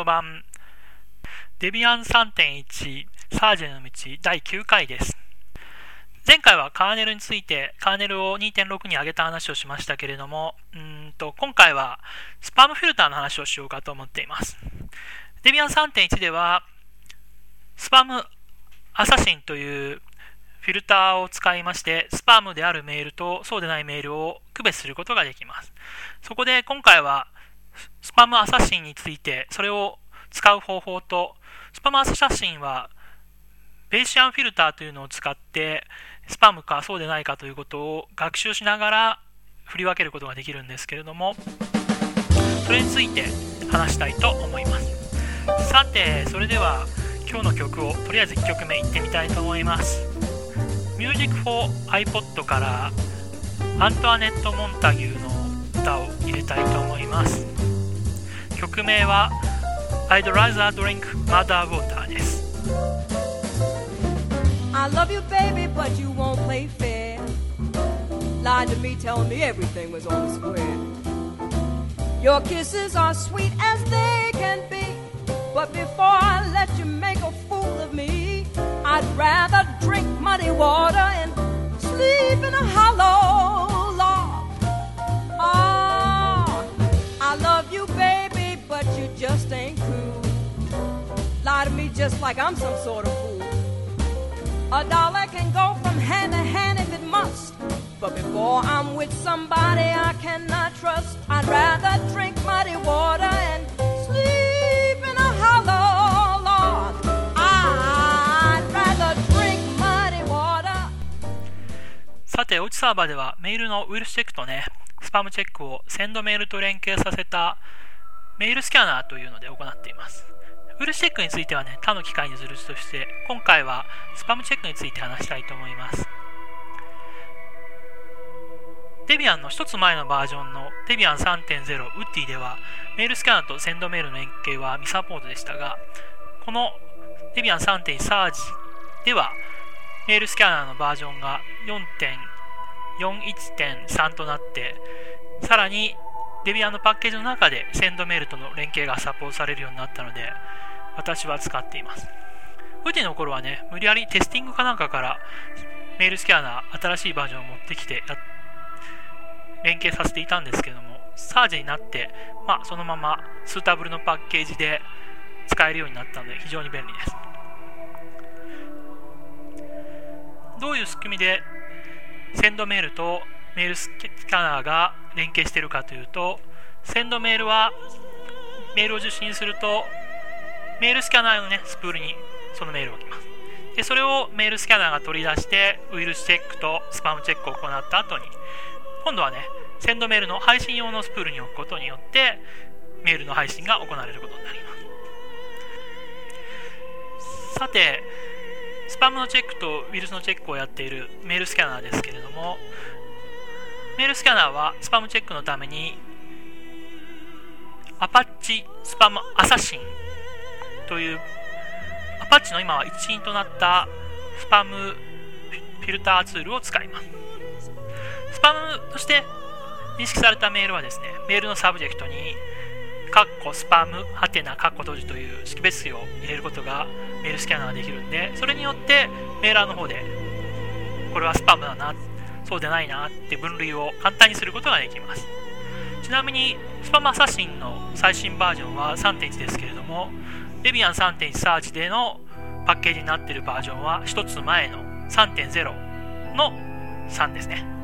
ト版デビアン 3.1 サージェの道第9回です。前回はカーネルについてカーネルを 2.6 に上げた話をしましたけれども、今回はスパムフィルターの話をしようかと思っています。デビアン 3.1 ではスパムアサシンというフィルターを使いましてスパムであるメールとそうでないメールを区別することができます。そこで今回はスパムアサシンについてそれを使う方法とスパムアサシンはベイシアンフィルターというのを使ってスパムかそうでないかということを学習しながら振り分けることができるんですけれども、それについて話したいと思います。さて、それでは今日の曲をとりあえず1曲目いってみたいと思います。 Music for iPod からアントワネット・モンタギューの歌を入れたいと思います。曲名は I'd rather drink mother water です。 I love you, baby, but you won't play fair. Lied to me, telling me everything was on the square. Your kisses are sweet as they can be, but before I let you make a fool of me, I'd rather drink muddy water and sleep in a hollow log. Ah, I love you, baby, but you just ain't cool. Lie to me just like I'm some sort of fool.A dollar can go from hand to hand if it must, but before I'm with somebody I cannot trust, I'd rather drink muddy water and sleep in a hollow log. I'd rather drink muddy water. さて、オチサーバーではメールのウイルスチェックとね、スパムチェックをセンドメールと連携させたメールスキャナーというので行っています。ウイルスチェックについてはね、他の機会にするとして、今回はスパムチェックについて話したいと思います。デビアンの一つ前のバージョンのデビアン 3.0 ウッディではメールスキャナーとセンドメールの連携は未サポートでしたが、このデビアン 3.1 サージではメールスキャナーのバージョンが 4.41.3 となって、さらにデビアンのパッケージの中でセンドメールとの連携がサポートされるようになったので私は使っています。ウッディの頃はね、無理やりテスティングかなんかからメールスキャナー新しいバージョンを持ってきて連携させていたんですけども、サージになって、そのままスータブルのパッケージで使えるようになったので非常に便利です。どういう仕組みでセンドメールとメールスキャナーが連携しているかというと、センドメールはメールを受信するとメールスキャナーのねスプールにそのメールを置きます。でそれをメールスキャナーが取り出してウイルスチェックとスパムチェックを行った後に、今度はねセンドメールの配信用のスプールに置くことによってメールの配信が行われることになります。さて、スパムのチェックとウイルスのチェックをやっているメールスキャナーですけれども、メールスキャナーはスパムチェックのためにアパッチスパムアサシンというアパッチの今は一員となったスパムフィルターツールを使います。スパムとして認識されたメールはですね、メールのサブジェクトにスパムハテナ閉じという識別詞を入れることがメールスキャナーができるんで、それによってメーラーの方でこれはスパムだな、そうでないなって分類を簡単にすることができます。ちなみにスパムアサシンの最新バージョンは 3.1 ですけれども、デビアン 3.1 サージでのパッケージになっているバージョンは一つ前の 3.0 の3ですね。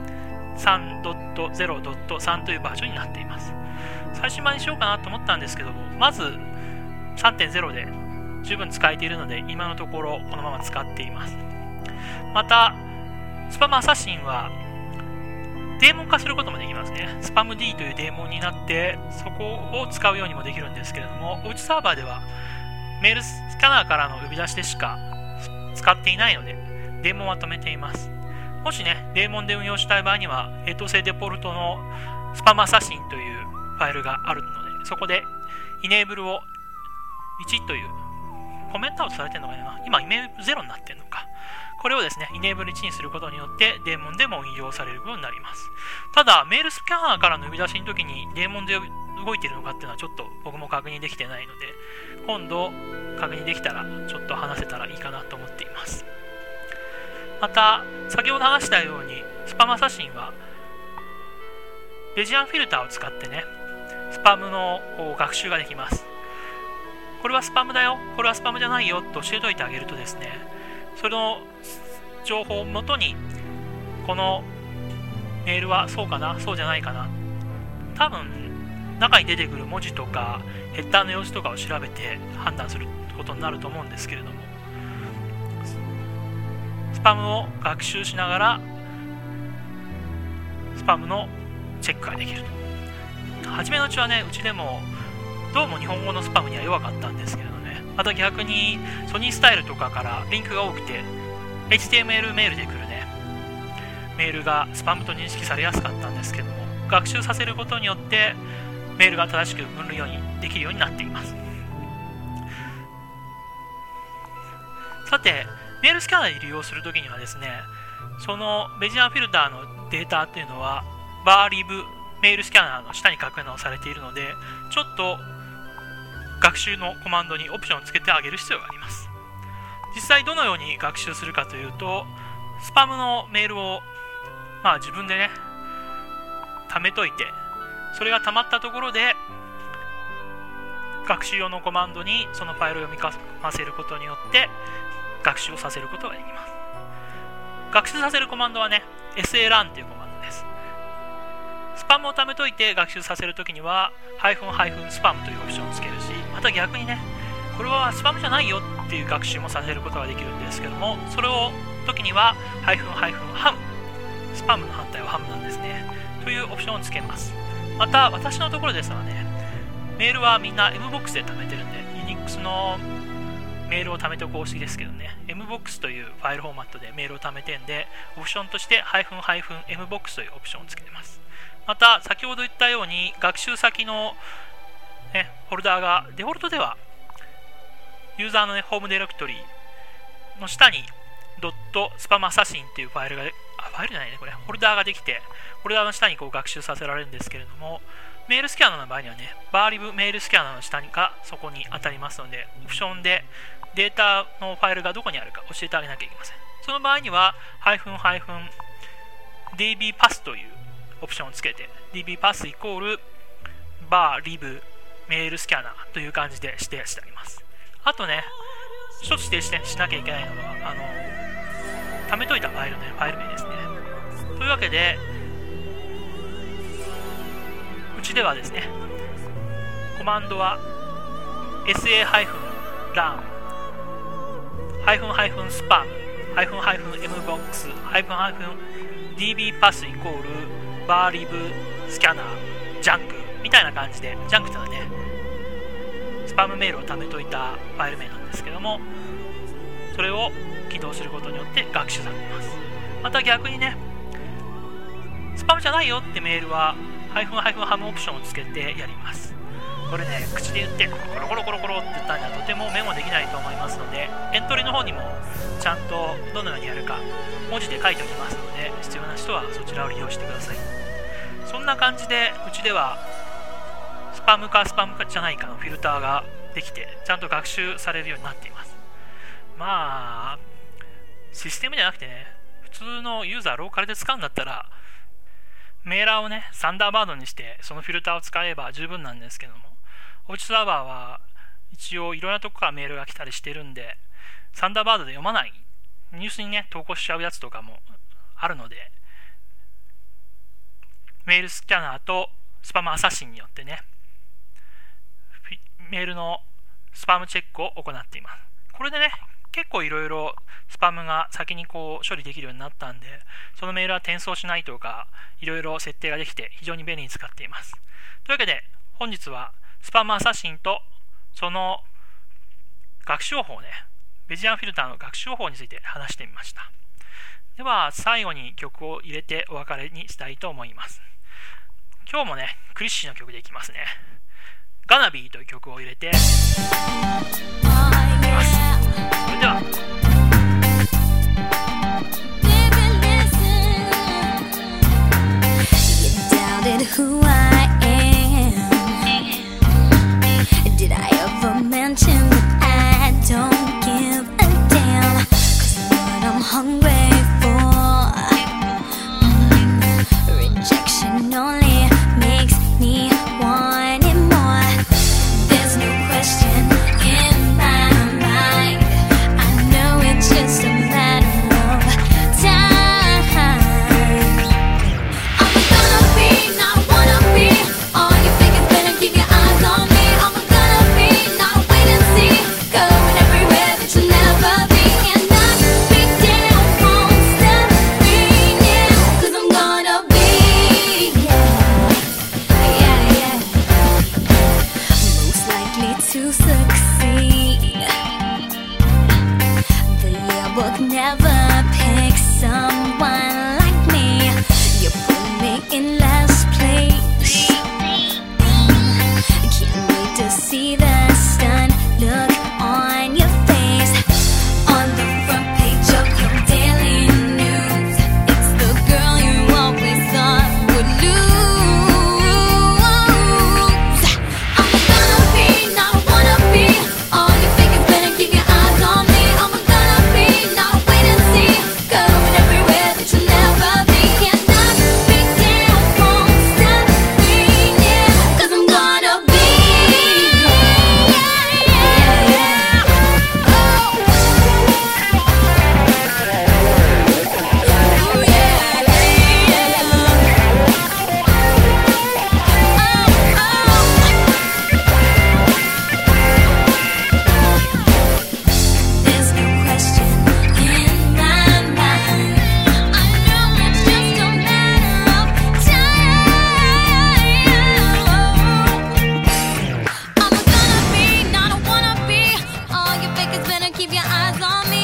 3.0.3 というバージョンになっています。最新版にしようかなと思ったんですけども、まず 3.0 で十分使えているので今のところこのまま使っています。またスパムアサシンはデーモン化することもできますね。スパム D というデーモンになってそこを使うようにもできるんですけれども、おうちサーバーではメールスキャナーからの呼び出しでしか使っていないのでデーモンは止めています。もしねデーモンで運用したい場合には永遠性デフォルトのスパムアサシンというファイルがあるので、そこでイネーブルを1というコメントアウトされてるのかな、今イメール0になってるのか、 これをですね、イネーブル1にすることによってデーモンでも運用されるようになります。ただ、メールスキャナーからの呼び出しの時にデーモンで動いているのかっていうのはちょっと僕も確認できてないので、今度確認できたらちょっと話せたらいいかなと思っています。また、先ほど話したようにスパムアサシンはベジアンフィルターを使ってね、スパムの学習ができます。これはスパムだよ、これはスパムじゃないよと教えておいてあげるとですね、その情報をもとにこのメールはそうかな、そうじゃないかな、多分中に出てくる文字とかヘッダーの様子とかを調べて判断することになると思うんですけれども、スパムを学習しながらスパムのチェックができると。初めのうちはね、うちでもどうも日本語のスパムには弱かったんですけれどね、また逆にソニースタイルとかからリンクが多くて HTML メールで来るねメールがスパムと認識されやすかったんですけども、学習させることによってメールが正しく分類できるようになっています。さて、メールスキャナーで利用するときにはですね、そのベジアンフィルターのデータっていうのはバーリブメールスキャナーの下に格納されているので、ちょっと学習のコマンドにオプションをつけてあげる必要があります。実際どのように学習するかというと、スパムのメールを自分でね貯めといて、それが溜まったところで学習用のコマンドにそのファイルを読み込ませることによって学習をさせることができます。学習させるコマンドはね SARUN というコマンドです。スパムを貯めといて学習させるときにはスパムというオプションをつけるし、また逆にね、これはスパムじゃないよっていう学習もさせることができるんですけども、それを時にはハム、スパムの反対はハムなんですねというオプションをつけます。また私のところですがね、メールはみんな MBOX で貯めてるんで、Unix のメールを貯めておく方式ですけどね、MBOX というファイルフォーマットでメールを貯めてんで、オプションとして-MBOX というオプションをつけてます。また先ほど言ったように学習先の、フォルダーがデフォルトではユーザーの、ホームディレクトリの下に.spamassassin というフォルダーができて、フォルダーの下に学習させられるんですけれども、メールスキャナーの場合にはね、バーリブメールスキャナーの下がそこに当たりますので、オプションでデータのファイルがどこにあるか教えてあげなきゃいけません。その場合には-dbpass というオプションをつけて dbpass イコールバーリブメールスキャナーという感じで指定してあります。あとね、一つ指定しなきゃいけないのは貯めといたファイル名ですね。というわけでうちではですね、コマンドは sa-run -spam -mbox -dbpass イコールバーリブスキャナージャンクみたいな感じで、ジャンクというのはねスパムメールを貯めといたファイル名なんですけども、それを起動することによって学習されます。また逆にね、スパムじゃないよってメールはハムオプションをつけてやります。これね、口で言ってコロコロって言ったんではとてもメモできないと思いますので、エントリーの方にもちゃんとどのようにやるか文字で書いておきますので、必要な人はそちらを利用してください。そんな感じでうちではスパムかスパムじゃないかのフィルターができて、ちゃんと学習されるようになっています。システムじゃなくてね、普通のユーザーローカルで使うんだったらメーラーをねサンダーバードにしてそのフィルターを使えば十分なんですけども、おうちサーバーは一応いろんなとこからメールが来たりしてるんで、サンダーバードで読まないニュースにね投稿しちゃうやつとかもあるので、メールスキャナーとスパムアサシンによってねメールのスパムチェックを行っています。これでね結構いろいろスパムが先に処理できるようになったんで、そのメールは転送しないとかいろいろ設定ができて非常に便利に使っています。というわけで本日はスパムアサシンとその学習法ね、ベジアンフィルターの学習法について話してみました。では最後に曲を入れてお別れにしたいと思います。今日もねクリッシーの曲でいきますね。ガナビーという曲を入れていきます。それでは could never pick someone like me. You put me in last place. Can't wait to see the stunned look on your face. On the front page of your daily news, it's the girl you always thought would lose. I'm gonna be, not wanna be. All you figures better keep your eyes on me. I'm gonna be, not wait and see. Going everywhere that you'll never be. Can't knock me down, won't stop me, yeah. 'Cause I'm gonna be, there's no question in my mind. I know it's just a matter of time. I'm gonna be, not wanna be. All you fakers better keep your eyes on me.